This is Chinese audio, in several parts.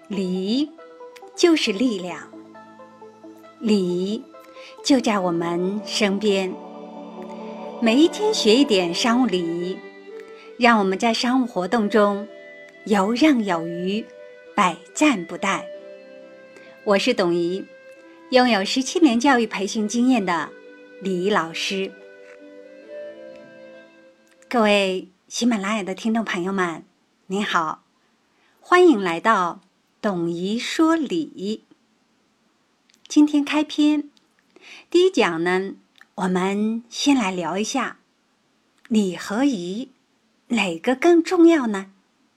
礼就是力量，礼就在我们身边。每一天学一点商务礼仪，让我们在商务活动中游刃有余，百战不殆。我是董怡，拥有17年教育培训经验的礼仪老师。各位喜马拉雅的听众朋友们，您好，欢迎来到董怡说礼。今天开篇，第一讲呢，我们先来聊一下礼和仪哪个更重要呢？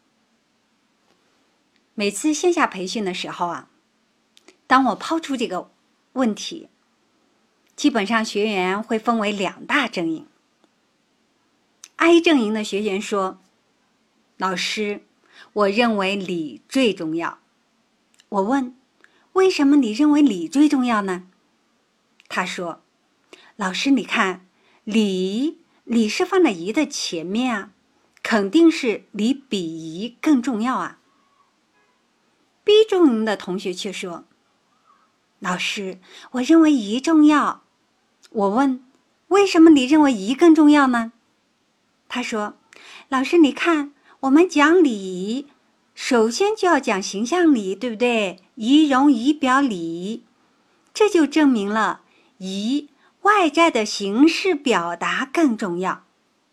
每次线下培训的时候啊，当我抛出这个问题，基本上学员会分为2大阵营。A 阵营的学员说，老师，我认为礼最重要。我问，为什么你认为礼最重要呢？他说，老师你看，礼是放在仪的前面啊，肯定是礼比仪更重要啊。B 阵营的同学却说，老师，我认为仪重要。我问，为什么你认为仪更重要呢？他说，老师你看，我们讲礼仪，首先就要讲形象礼，对不对？仪容仪表礼，这就证明了仪外在的形式表达更重要。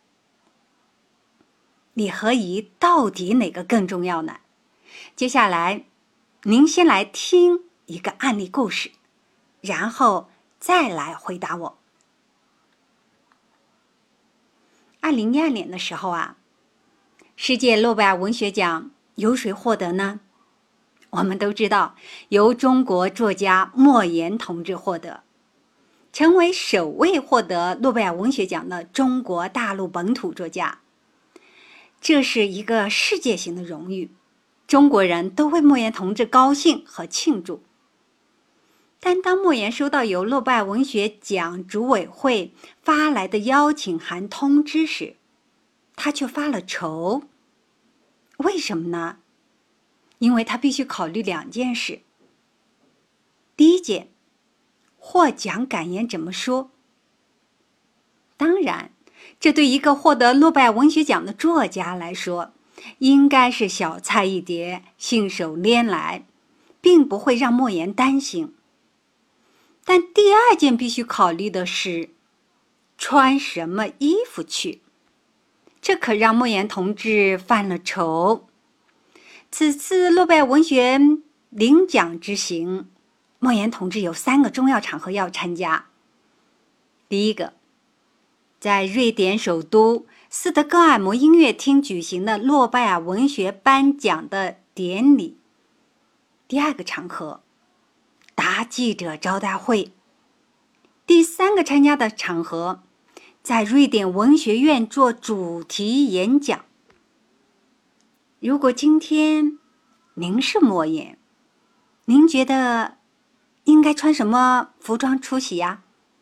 礼和仪到底哪个更重要呢？接下来您先来听一个案例故事，然后再来回答我。2012年的时候啊，世界诺贝尔文学奖由谁获得呢？我们都知道，由中国作家莫言同志获得，成为首位获得诺贝尔文学奖的中国大陆本土作家。这是一个世界性的荣誉，中国人都为莫言同志高兴和庆祝。但当莫言收到由诺贝尔文学奖组委会发来的邀请函通知时，他却发了愁。为什么呢？因为他必须考虑2件事。第一件，获奖感言怎么说？当然，这对一个获得诺贝尔文学奖的作家来说，应该是小菜一碟，信手拈来，并不会让莫言担心。但第2件必须考虑的是，穿什么衣服去？这可让莫言同志犯了愁。此次诺贝尔文学领奖之行，莫言同志有3个重要场合要参加。第一个，在瑞典首都斯德哥尔摩音乐厅举行的诺贝尔文学颁奖的典礼。第2个场合，答记者招待会。第3个参加的场合，在瑞典文学院做主题演讲。如果今天您是莫言，您觉得应该穿什么服装出席呀？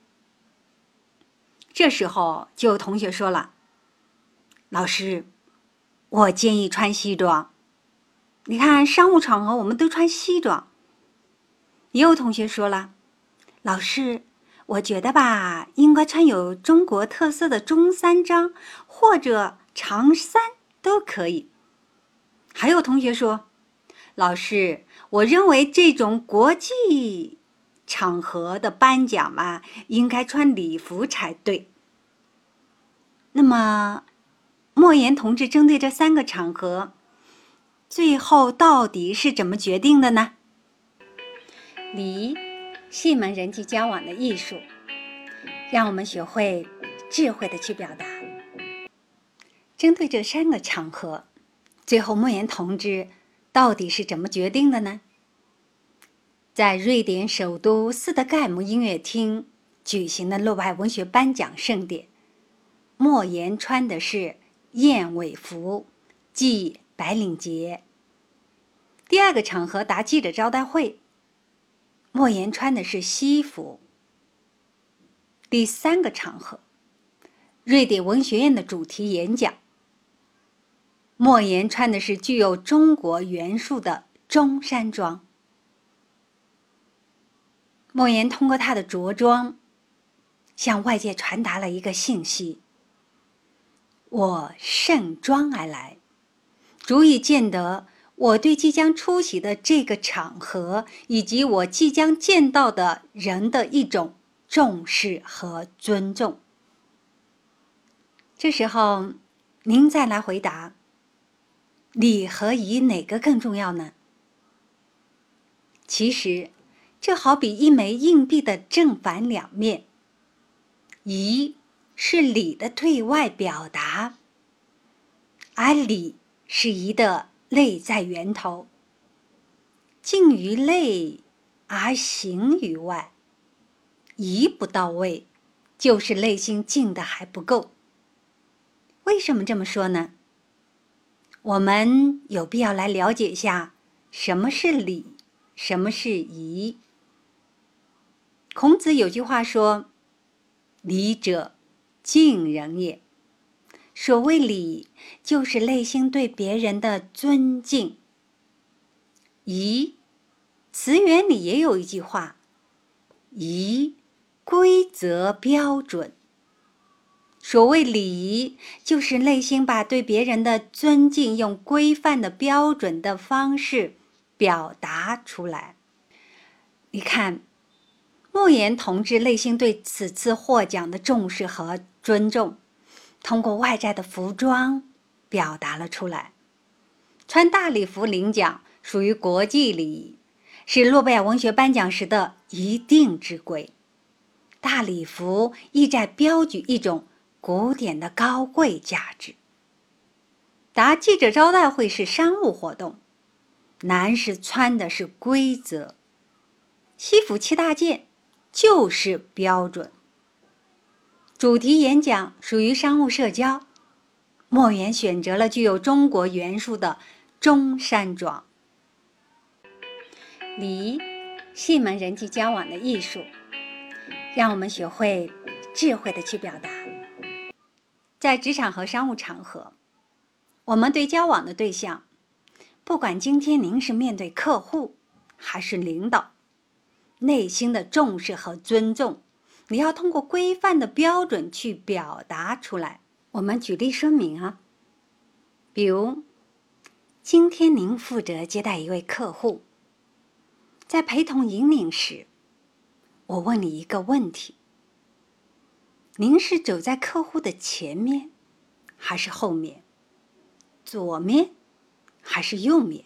这时候就有同学说了，老师，我建议穿西装。你看商务场合我们都穿西装。也有同学说了，老师，我觉得吧，应该穿有中国特色的中山装或者长衫都可以。还有同学说，老师，我认为这种国际场合的颁奖嘛，应该穿礼服才对。那么，莫言同志针对这3个场合，最后到底是怎么决定的呢？礼是一门人际交往的艺术，让我们学会智慧的去表达。针对这3个场合，最后莫言同志到底是怎么决定的呢？在瑞典首都斯德哥尔摩音乐厅举行的诺贝尔文学颁奖盛典，莫言穿的是燕尾服，系白领结。第2个场合，答记者招待会，莫言穿的是西服。第3个场合，瑞典文学院的主题演讲，莫言穿的是具有中国元素的中山装。莫言通过他的着装，向外界传达了一个信息：我盛装而来，足以见得我对即将出席的这个场合以及我即将见到的人的一种重视和尊重。这时候，您再来回答，礼和仪哪个更重要呢？其实，这好比一枚硬币的正反两面。仪是礼的对外表达，而礼是仪的内在源头。静于内而行于外，仪不到位，就是内心静的还不够。为什么这么说呢？我们有必要来了解一下什么是礼，什么是仪。孔子有句话说：礼者，敬人也。所谓礼，就是内心对别人的尊敬。仪，词源里也有一句话：仪，规则标准。所谓礼仪，就是内心把对别人的尊敬用规范的标准的方式表达出来。你看，莫言同志内心对此次获奖的重视和尊重，通过外在的服装表达了出来。穿大礼服领奖属于国际礼仪，是诺贝尔文学颁奖时的一定之规。大礼服意在标举一种古典的高贵价值。答记者招待会是商务活动，男士穿的是规则，西服7大件就是标准。主题演讲属于商务社交，莫言选择了具有中国元素的中山装。礼是一门人际交往的艺术，让我们学会智慧地去表达。在职场和商务场合，我们对交往的对象，不管今天您是面对客户还是领导，内心的重视和尊重，你要通过规范的标准去表达出来。我们举例说明啊，比如今天您负责接待一位客户，在陪同引领时，我问你一个问题：您是走在客户的前面还是后面？左面还是右面？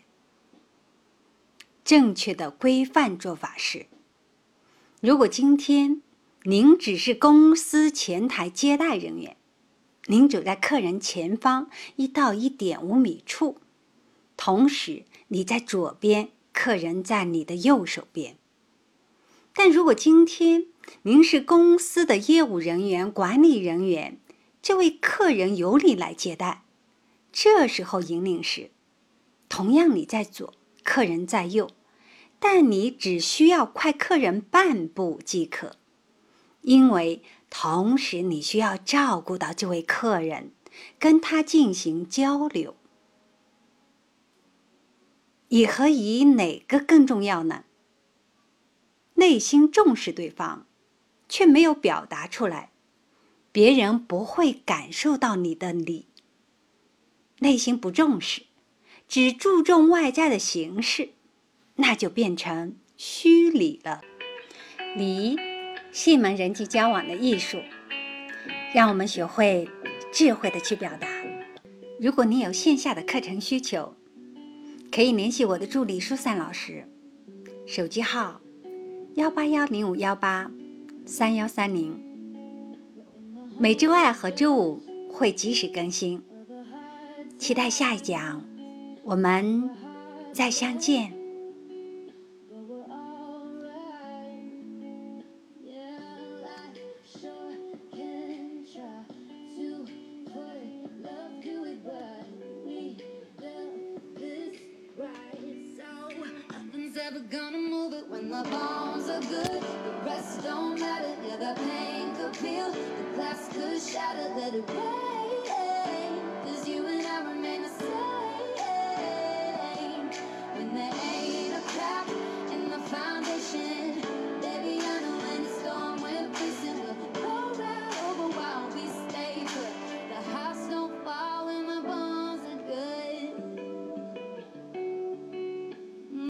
正确的规范做法是，如果今天您只是公司前台接待人员，您走在客人前方1到1.5米处，同时你在左边，客人在你的右手边。但如果今天您是公司的业务人员、管理人员，这位客人由你来接待，这时候引领时，同样你在左，客人在右，但你只需要快客人半步即可，因为同时你需要照顾到这位客人，跟他进行交流。礼和仪哪个更重要呢？内心重视对方，却没有表达出来，别人不会感受到你的礼。内心不重视，只注重外在的形式，那就变成虚礼了。礼是一门人际交往的艺术，让我们学会智慧地去表达。如果你有线下的课程需求，可以联系我的助理舒散老师，手机号18105183130，每周2和周5会及时更新。期待下一讲，我们再相见。 Never gonna move it when the bones are good. The rest don't matter. Yeah, the pain could peel, the glass could shatter. Let it rain.